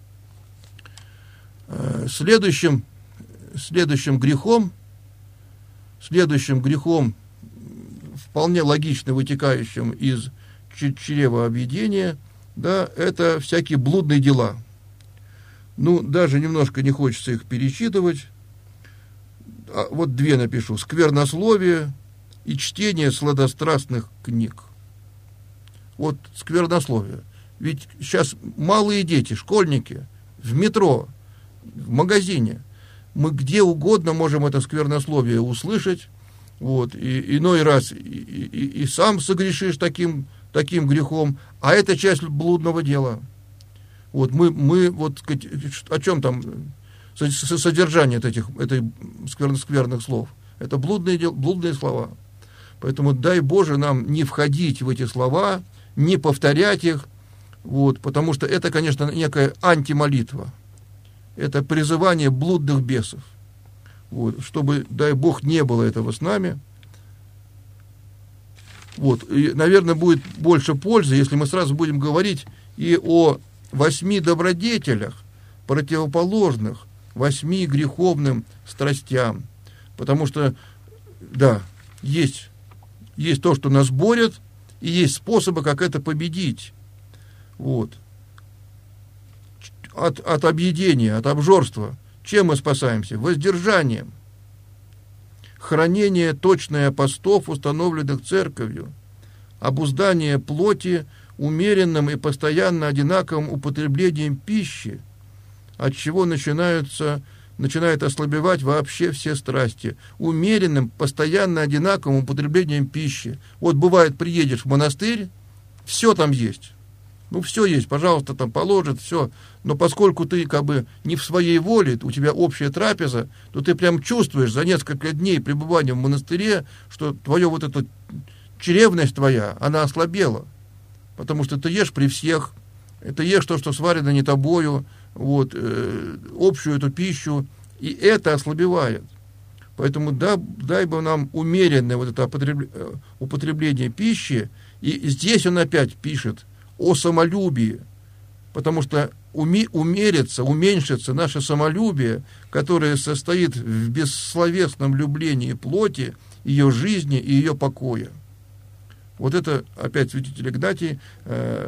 Следующим, следующим грехом, следующим грехом, вполне логично вытекающим из чревообъедения, да, это всякие блудные дела. Ну, даже немножко не хочется их перечитывать. А вот две напишу. Сквернословие и чтение сладострастных книг. Вот сквернословие. Ведь сейчас малые дети, школьники, в метро, в магазине, мы где угодно можем это сквернословие услышать. Вот, и иной раз и, и, и сам согрешишь таким, таким грехом, а это часть блудного дела. Вот мы, мы вот, сказать, о чем там содержание этих, этих скверных, скверных слов? Это блудные, дел, блудные слова. Поэтому дай Боже нам не входить в эти слова, не повторять их, вот, потому что это, конечно, некая антимолитва. Это призывание блудных бесов. Вот, чтобы, дай Бог, не было этого с нами. Вот, и, наверное, будет больше пользы, если мы сразу будем говорить и о восьми добродетелях, противоположных восьми греховным страстям. Потому что, да, есть, есть то, что нас борет, и есть способы, как это победить. Вот. От, от объедения, от обжорства. Чем мы спасаемся? Воздержанием. Хранение точное постов, установленных церковью. Обуздание плоти умеренным и постоянно одинаковым употреблением пищи, от чего начинаются, начинают ослабевать вообще все страсти. Умеренным, постоянно одинаковым употреблением пищи. Вот бывает, приедешь в монастырь, все там есть. Ну, все есть, пожалуйста, там положат, все. Но поскольку ты как бы не в своей воле, у тебя общая трапеза, то ты прям чувствуешь за несколько дней пребывания в монастыре, что твое вот это, чревность твоя, она ослабела. Потому что ты ешь при всех, ты ешь то, что сварено не тобою, вот, э, общую эту пищу, и это ослабевает. Поэтому да, дай бы нам умеренное вот это употребление пищи, и здесь он опять пишет о самолюбии, потому что уми, умерится, уменьшится наше самолюбие, которое состоит в бессловесном люблении плоти, ее жизни и ее покоя. Вот это опять святитель Игнатий э,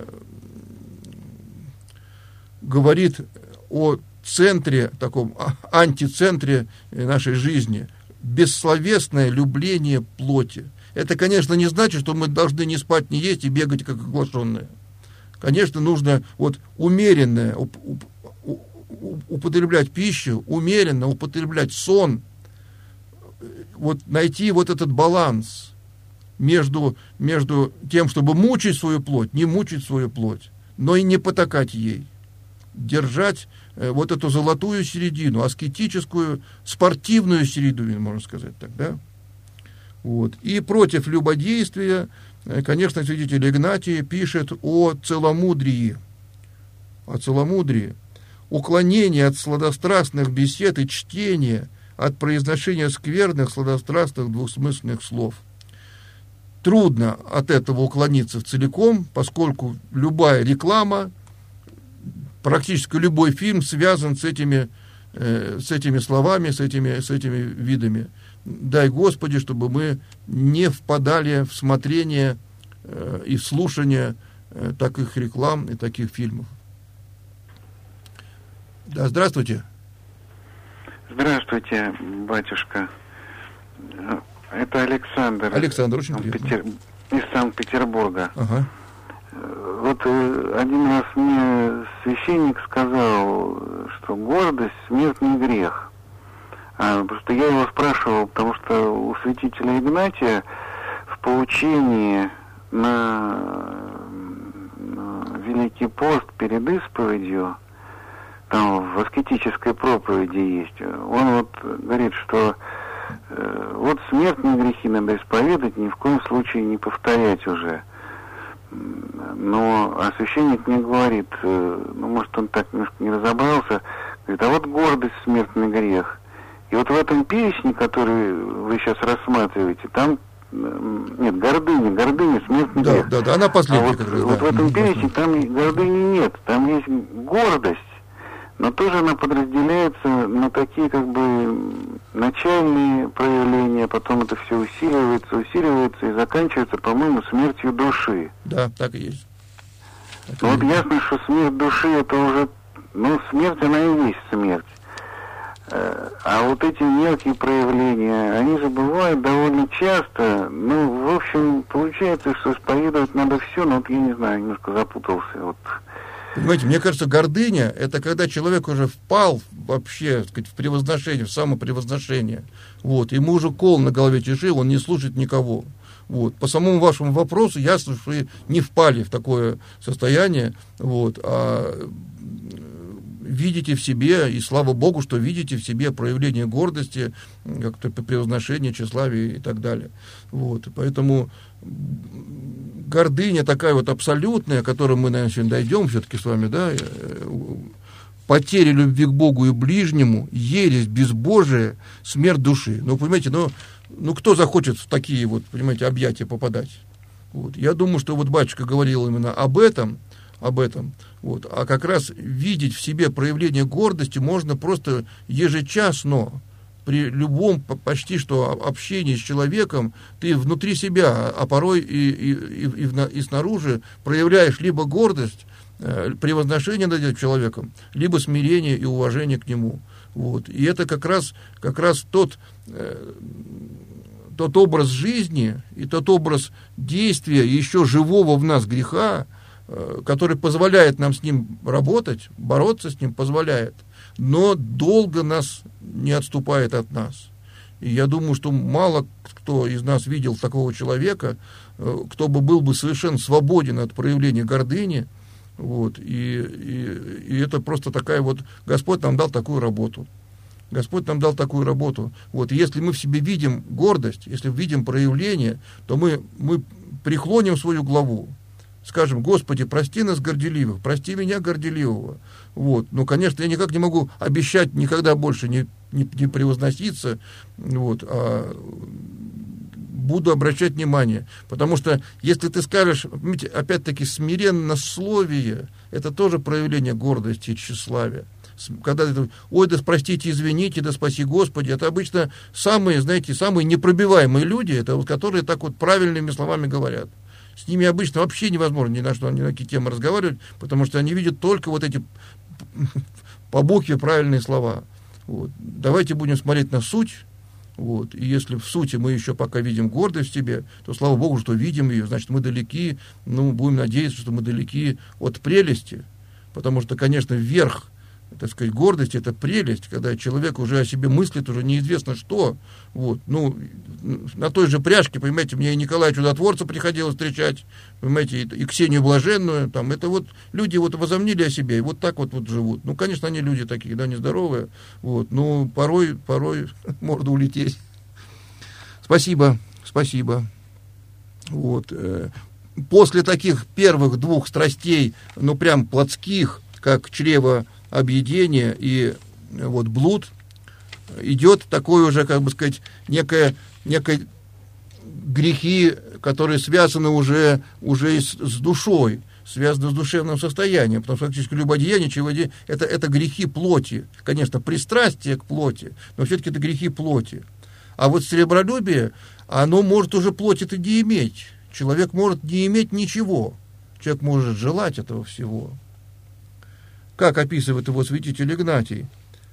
говорит о центре, таком антицентре нашей жизни, бессловесное любление плоти. Это, конечно, не значит, что мы должны не спать, не есть и бегать, как оглашенные. Конечно, нужно вот умеренно уп- уп- употреблять пищу, умеренно употреблять сон, вот найти вот этот баланс между, между тем, чтобы мучить свою плоть, не мучить свою плоть, но и не потакать ей. Держать э, вот эту золотую середину, аскетическую, спортивную середину, можно сказать так, да? Вот. И против любодействия, э, конечно, святитель Игнатий пишет о целомудрии, о целомудрии, уклонение от сладострастных бесед и чтения, от произношения скверных, сладострастных, двусмысленных слов. Трудно от этого уклониться целиком, поскольку любая реклама, практически любой фильм связан с этими, э, с этими словами, с этими, с этими видами. Дай Господи, чтобы мы не впадали в смотрение э, и в слушание э, таких реклам и таких фильмов. Да, здравствуйте. Здравствуйте, батюшка. Это Александр. Александр, очень приятно. Петер... Из Санкт-Петербурга. Ага. Вот один раз мне священник сказал, что гордость — смертный грех. А, просто я его спрашивал, потому что у святителя Игнатия в поучении на, на Великий пост перед исповедью, там в аскетической проповеди есть, он вот говорит, что э, вот смертные грехи надо исповедать, ни в коем случае не повторять уже. Но а священник мне говорит, э, ну, может, он так немножко не разобрался, говорит, а вот гордость — смертный грех. И вот в этом перечне, который вы сейчас рассматриваете, там, э, нет, гордыня, гордыня — смертный да, грех. Да, да, она последняя. А вот, как раз, вот да. в этом перечне там гордыни нет, там есть гордость. Но тоже она подразделяется на такие как бы начальные проявления, потом это все усиливается, усиливается и заканчивается, по-моему, смертью души. Да, так и есть. Так вот и ясно, что смерть души — это уже, ну, смерть, она и есть смерть. А вот эти мелкие проявления, они же бывают довольно часто. Ну, в общем, получается, что исповедовать надо все, но вот я не знаю, немножко запутался. Вот. Понимаете, мне кажется, гордыня — это когда человек уже впал вообще, так сказать, в превозношение, в самопревозношение. Вот, ему уже кол на голове тяжел, он не слушает никого. Вот. По самому вашему вопросу ясно, что вы не впали в такое состояние, вот, а видите в себе, и слава Богу, что видите в себе проявление гордости, как-то превозношение, тщеславие и так далее. Вот. Поэтому гордыня такая вот абсолютная, к которой мы, наверное, сегодня дойдем все-таки с вами, да, потеря любви к Богу и ближнему, ересь, безбожие, смерть души. Ну, понимаете, ну, ну кто захочет в такие вот, понимаете, объятия попадать? Вот. Я думаю, что вот батюшка говорил именно об этом, об этом. Вот. А как раз видеть в себе проявление гордости можно просто ежечасно, при любом почти что общении с человеком, ты внутри себя, а порой и, и, и, и, и снаружи проявляешь либо гордость, э, превозношение над этим человеком, либо смирение и уважение к нему. Вот. И это как раз, как раз тот, э, тот образ жизни и тот образ действия еще живого в нас греха, э, который позволяет нам с ним работать, бороться с ним позволяет, но долго нас не отступает от нас. И я думаю, что мало кто из нас видел такого человека, кто бы был бы совершенно свободен от проявления гордыни. Вот, и, и, и это просто такая вот... Господь нам дал такую работу. Господь нам дал такую работу. Вот, и если мы в себе видим гордость, если видим проявление, то мы, мы преклоним свою главу, скажем: Господи, прости нас, горделивых, прости меня, горделивого. Вот. Ну, конечно, я никак не могу обещать никогда больше не, не, не превозноситься, вот, а буду обращать внимание. Потому что если ты скажешь, опять-таки, смиреннословие, это тоже проявление гордости и тщеславия. Когда ты, ой, да простите, извините, да спаси Господи, это обычно самые, знаете, самые непробиваемые люди, это вот, которые так вот правильными словами говорят. С ними обычно вообще невозможно ни на что, ни на какие темы разговаривать, потому что они видят только вот эти по букве правильные слова. Вот. Давайте будем смотреть на суть. Вот. И если в сути мы еще пока видим гордость в себе, то, слава Богу, что видим ее, значит, мы далеки, ну, будем надеяться, что мы далеки от прелести, потому что, конечно, верх, так сказать, гордость — это прелесть, когда человек уже о себе мыслит, уже неизвестно что. Вот. Ну, на той же пряжке, понимаете, мне и Николая Чудотворца приходилось встречать, понимаете, и Ксению Блаженную, там, это вот люди вот возомнили о себе, и вот так вот, вот живут. Ну, конечно, они люди такие, да, нездоровые, вот, но порой, порой можно улететь. Спасибо, спасибо. Вот. После таких первых двух страстей, ну, прям плотских, как чрево объедение и вот блуд, идет такое уже, как бы сказать, некое, некое грехи, которые связаны уже, уже с, с душой, связаны с душевным состоянием, потому что фактически любодеяние, чреводеяние, это, это грехи плоти. Конечно, пристрастие к плоти, но все-таки это грехи плоти. А вот сребролюбие, оно может уже плоти-то не иметь. Человек может не иметь ничего. Человек может желать этого всего. Как описывает его святитель Игнатий: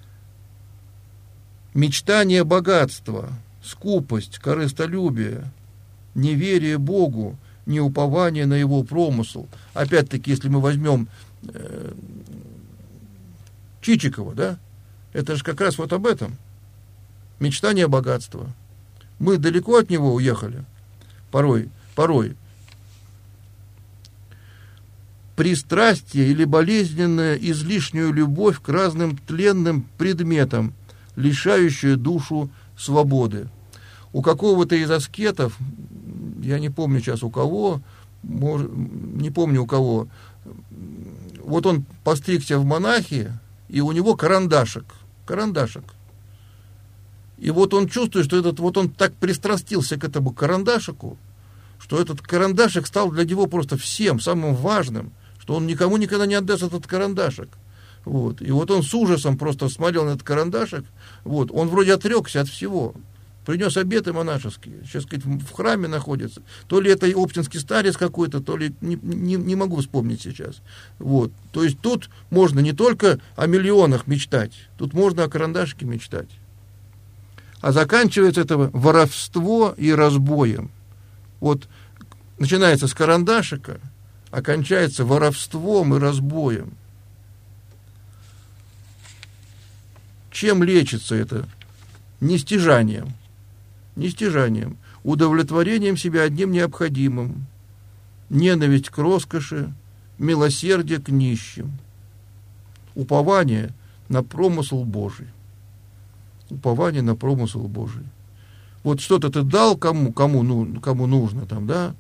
мечтание богатства, скупость, корыстолюбие, неверие Богу, неупование на его промысл. Опять-таки, если мы возьмем э, Чичикова, да, это же как раз вот об этом. Мечтание богатства. Мы далеко от него уехали. Порой, порой. Пристрастие или болезненная излишнюю любовь к разным тленным предметам, лишающую душу свободы. У какого-то из аскетов, я не помню сейчас у кого, может, не помню у кого, вот он постригся в монахи, и у него карандашик, карандашик. И вот он чувствует, что этот, вот он так пристрастился к этому карандашику, что этот карандашик стал для него просто всем, самым важным, что он никому никогда не отдаст этот карандашик. Вот. И вот он с ужасом просто смотрел на этот карандашик. Вот. Он вроде отрекся от всего. Принес обеты монашеские. Сейчас, сказать, в храме находится. То ли это оптинский старец какой-то, то ли не, не, не могу вспомнить сейчас. Вот. То есть тут можно не только о миллионах мечтать, тут можно о карандашике мечтать. А заканчивается это воровство и разбоем. Вот начинается с карандашика, окончается воровством и разбоем. Чем лечится это? Нестяжанием. Нестяжанием. Удовлетворением себя одним необходимым. Ненависть к роскоши, милосердие к нищим. Упование на промысл Божий. Упование на промысл Божий. Вот что-то ты дал кому, кому, ну, кому нужно там, да?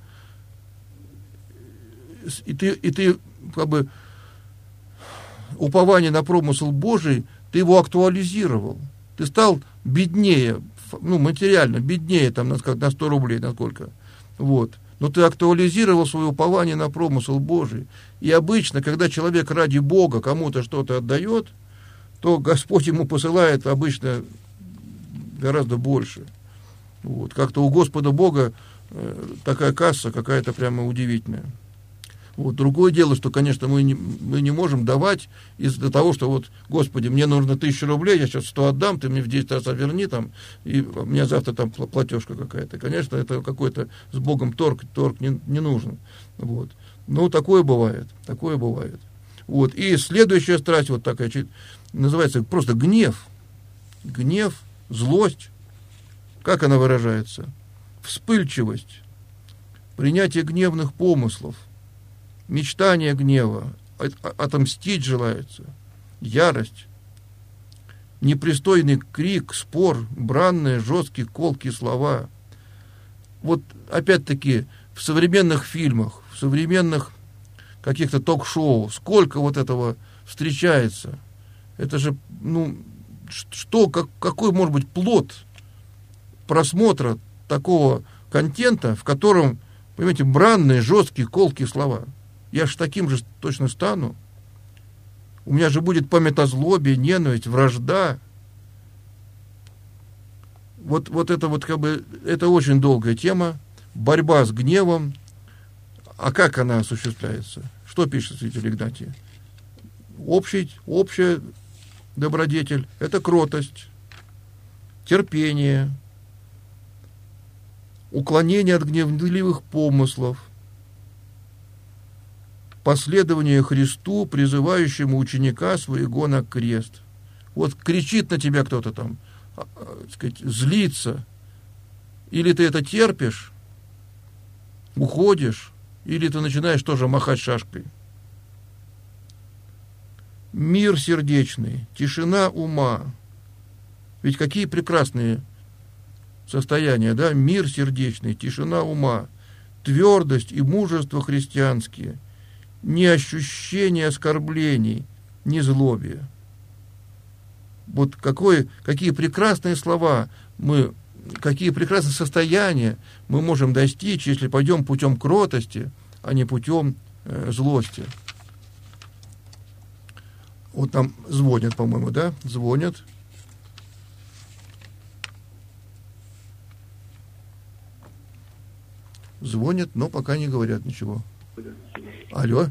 И ты, и ты как бы упование на промысл Божий, ты его актуализировал. Ты стал беднее, ну, материально, беднее там на, на сто рублей, насколько. Вот. Но ты актуализировал свое упование на промысл Божий. И обычно, когда человек ради Бога кому-то что-то отдает, то Господь ему посылает обычно гораздо больше. Вот. Как-то у Господа Бога э, такая касса какая-то прямо удивительная. Вот. Другое дело, что, конечно, мы не, мы не можем давать из-за того, что вот, Господи, мне нужно тысячу рублей, я сейчас сто отдам, ты мне в десять раз верни, там, и у меня завтра там платежка какая-то. Конечно, это какой-то с Богом торг, торг не, не нужен. Вот. Ну, такое бывает, такое бывает. Вот. И следующая страсть, вот такая, называется просто гнев. Гнев, злость. Как она выражается? Вспыльчивость, принятие гневных помыслов, мечтание гнева, отомстить желается, ярость, непристойный крик, спор, бранные, жесткие, колкие слова. Вот опять-таки в современных фильмах, в современных каких-то ток-шоу, сколько вот этого встречается. Это же, ну, что, как, какой может быть плод просмотра такого контента, в котором, понимаете, бранные, жесткие, колкие слова. Я же таким же точно стану. У меня же будет память о злобе, ненависть, вражда. Вот, вот это вот как бы, это очень долгая тема. Борьба с гневом. А как она осуществляется? Что пишет святитель Игнатий? Общий, общая добродетель – это кротость, терпение, уклонение от гневливых помыслов, последование Христу, призывающему ученика своего на крест. Вот кричит на тебя кто-то там, так сказать, злится, или ты это терпишь, уходишь, или ты начинаешь тоже махать шашкой. Мир сердечный, тишина ума. Ведь какие прекрасные состояния, да? Мир сердечный, тишина ума, твердость и мужество христианские, ни ощущения оскорблений, ни злобия. Вот какое, какие прекрасные слова мы, какие прекрасные состояния мы можем достичь, если пойдем путем кротости, а не путем э, злости. Вот там звонят, по-моему, да? Звонят. Звонят, но пока не говорят ничего. Алло.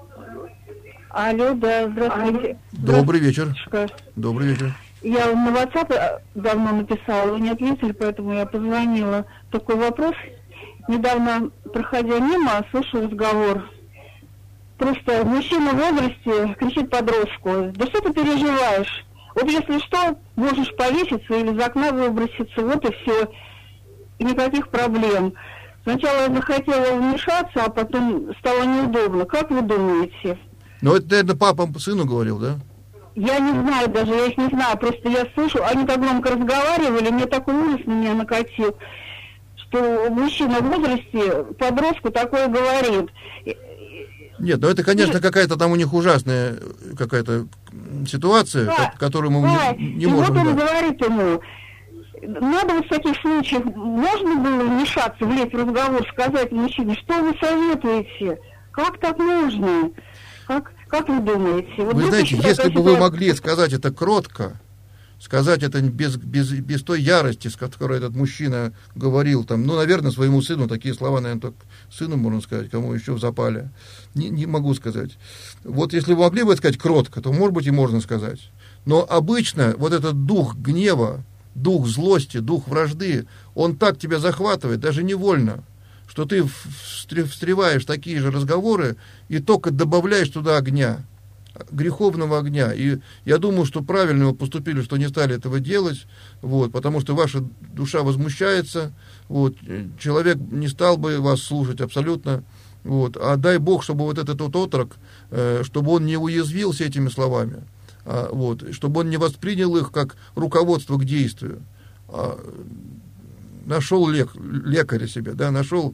Алло, да, здравствуйте. Добрый вечер. Здравствуйте. Добрый вечер. Я на WhatsApp давно написала, вы не ответили, поэтому я позвонила. Такой вопрос. Недавно, проходя мимо, слышу разговор. Просто мужчина в возрасте кричит подростку: да что ты переживаешь? Вот если что, можешь повеситься или из окна выброситься, вот и все. И никаких проблем. Сначала я захотела вмешаться, а потом стало неудобно. Как вы думаете? Ну, это, наверное, папа сыну говорил, да? Я не знаю даже, я их не знаю. Просто я слышу, они так громко разговаривали, мне такой ужас на меня накатил, что мужчина в возрасте подростку такое говорит. Нет, ну это, конечно, какая-то там у них ужасная какая-то ситуация, Да, которую мы да. не, не и можем... вот он Да. говорит ему, надо вот в таких случаях, можно было вмешаться, влезть в разговор, сказать мужчине, что вы советуете, как так можно, как, как вы думаете? Вот Вы знаете, считаю, если бы что вы это... могли сказать это кротко, сказать это без, без, без той ярости, с которой этот мужчина говорил, там, ну, наверное, своему сыну, такие слова, наверное, только сыну можно сказать, кому еще в запале, не, не могу сказать. Вот если вы могли бы сказать кротко, то, может быть, и можно сказать. Но обычно вот этот дух гнева, дух злости, дух вражды, он так тебя захватывает, даже невольно, что ты встреваешь в такие же разговоры и только добавляешь туда огня, греховного огня. И я думаю, что правильно вы поступили, что не стали этого делать, вот, потому что ваша душа возмущается, вот, человек не стал бы вас слушать абсолютно, вот, а дай Бог, чтобы вот этот вот отрок, э, чтобы он не уязвился этими словами, а, вот, чтобы он не воспринял их как руководство к действию, а нашел лек, лекаря себе, да, нашел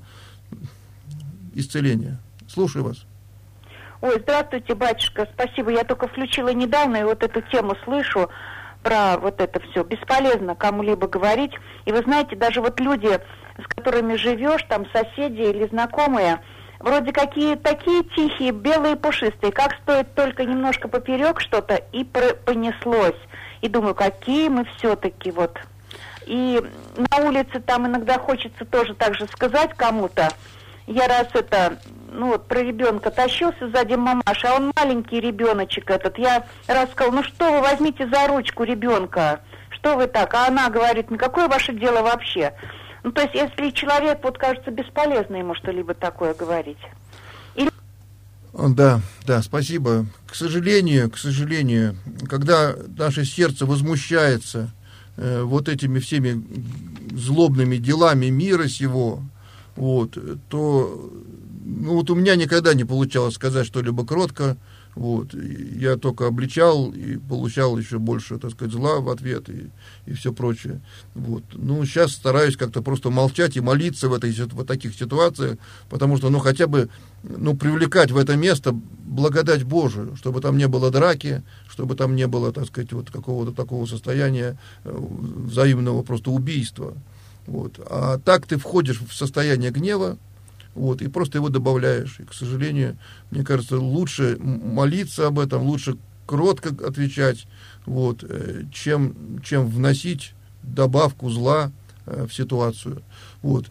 исцеление. Слушаю вас. Ой, здравствуйте, батюшка, спасибо. Я только включила недавно и вот эту тему слышу про вот это все. Бесполезно кому-либо говорить. И вы знаете, даже вот люди, с которыми живешь, там соседи или знакомые, вроде какие такие тихие, белые, пушистые, как стоит только немножко поперек что-то, и понеслось. И думаю, какие мы все-таки вот. И на улице там иногда хочется тоже так же сказать кому-то. Я раз это, ну вот про ребенка тащился сзади мамаша, а он маленький ребеночек этот. Я раз сказал, ну что вы, возьмите за ручку ребенка, что вы так? А она говорит, ну какое ваше дело вообще? Ну то есть если человек, вот кажется, бесполезно ему что-либо такое говорить. Или... Да, да, спасибо. К сожалению, к сожалению, когда наше сердце возмущается э, вот этими всеми злобными делами мира сего, вот, то, ну вот у меня никогда не получалось сказать что-либо кротко, Вот. И я только обличал и получал еще больше, так сказать, зла в ответ и, и все прочее. Вот. Ну, сейчас стараюсь как-то просто молчать и молиться в, этой, в таких ситуациях, потому что, ну, хотя бы, ну, привлекать в это место благодать Божию, чтобы там не было драки, чтобы там не было, так сказать, вот какого-то такого состояния взаимного просто убийства. Вот. А так ты входишь в состояние гнева, вот, и просто его добавляешь. И, к сожалению, мне кажется, лучше молиться об этом, лучше кротко отвечать, вот, чем, чем вносить добавку зла в ситуацию. Вот.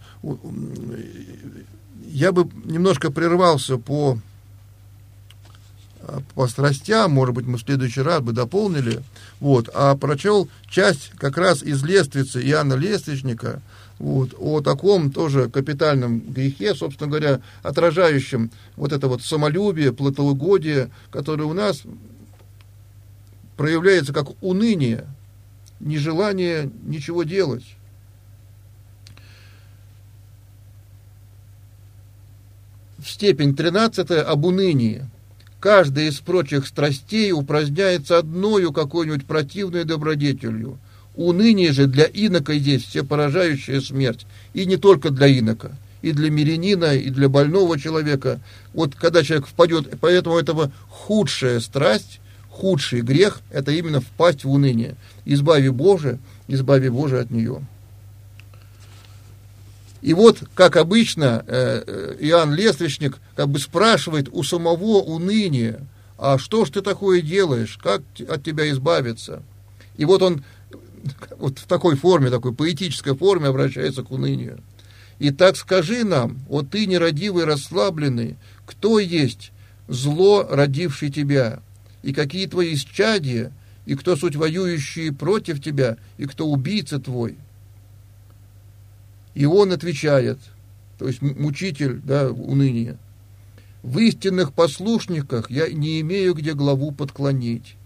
Я бы немножко прервался по, по страстям, может быть, мы в следующий раз бы дополнили, вот, а прочел часть как раз из Лествицы Иоанна Лествичника, вот, о таком тоже капитальном грехе, собственно говоря, отражающем вот это вот самолюбие, плотоугодие, которое у нас проявляется как уныние, нежелание ничего делать. Степень тринадцатая об унынии. Каждая из прочих страстей упраздняется одною какой-нибудь противной добродетелью. Уныние же для инока здесь всепоражающая смерть. И не только для инока, и для мирянина, и для больного человека. Вот когда человек впадет, поэтому это худшая страсть, худший грех, это именно впасть в уныние. Избави Боже, избави Боже от нее. И вот, как обычно, Иоанн Лествичник как бы спрашивает у самого уныния, а что ж ты такое делаешь, как от тебя избавиться? И вот он вот в такой форме, такой поэтической форме обращается к унынию. «Итак скажи нам, о ты нерадивый расслабленный, кто есть зло, родивший тебя, и какие твои исчадия, и кто суть воюющие против тебя, и кто убийца твой?» И он отвечает, то есть мучитель, да, уныния: «В истинных послушниках я не имею где главу подклонить».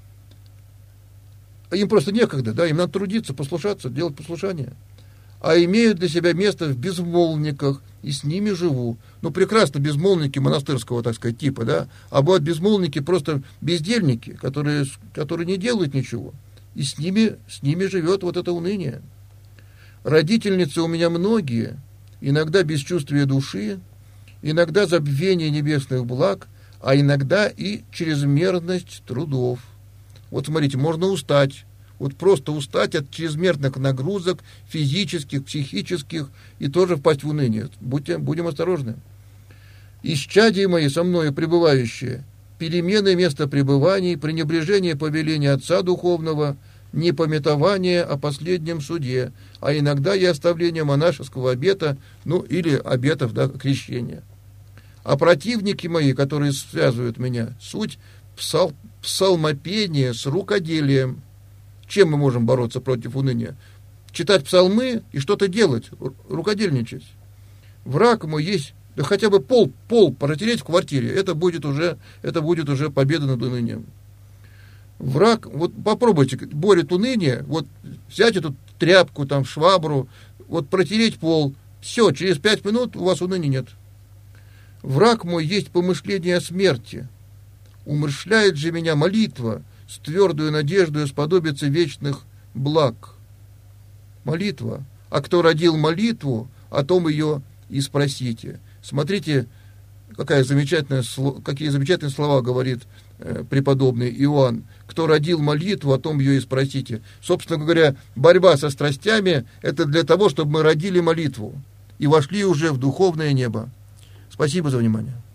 Им просто некогда, да, им надо трудиться, послушаться, делать послушание. «А имею для себя место в безмолвниках, и с ними живу». Ну, прекрасно, безмолвники монастырского, так сказать, типа, да, а бывают безмолвники просто бездельники, которые, которые не делают ничего, и с ними, с ними живет вот это уныние. «Родительницы у меня многие, иногда бесчувствие души, иногда забвение небесных благ, а иногда и чрезмерность трудов». Вот смотрите, можно устать, вот просто устать от чрезмерных нагрузок физических, психических, и тоже впасть в уныние. Будьте, будем осторожны. «Исчадия мои со мною пребывающие, перемены места пребываний, пренебрежение повеления Отца Духовного, непометование о последнем суде, а иногда и оставление монашеского обета, ну или обетов, да, крещения. А противники мои, которые связывают меня, суть псал, псалмопение с рукоделием». Чем мы можем бороться против уныния? Читать псалмы и что-то делать, рукодельничать. Враг мой есть, да хотя бы пол, пол протереть в квартире, это будет уже, это будет уже победа над унынием. Враг, вот попробуйте, борет уныние, вот взять эту тряпку, там, швабру, вот протереть пол, все, через пять минут у вас уныния нет. «Враг мой есть помышление о смерти. Умышляет же меня молитва, с твердую надеждою сподобиться вечных благ». Молитва. «А кто родил молитву, о том ее и спросите». Смотрите, какая замечательная, какие замечательные слова говорит э, преподобный Иоанн. «Кто родил молитву, о том ее и спросите». Собственно говоря, борьба со страстями – это для того, чтобы мы родили молитву и вошли уже в духовное небо. Спасибо за внимание.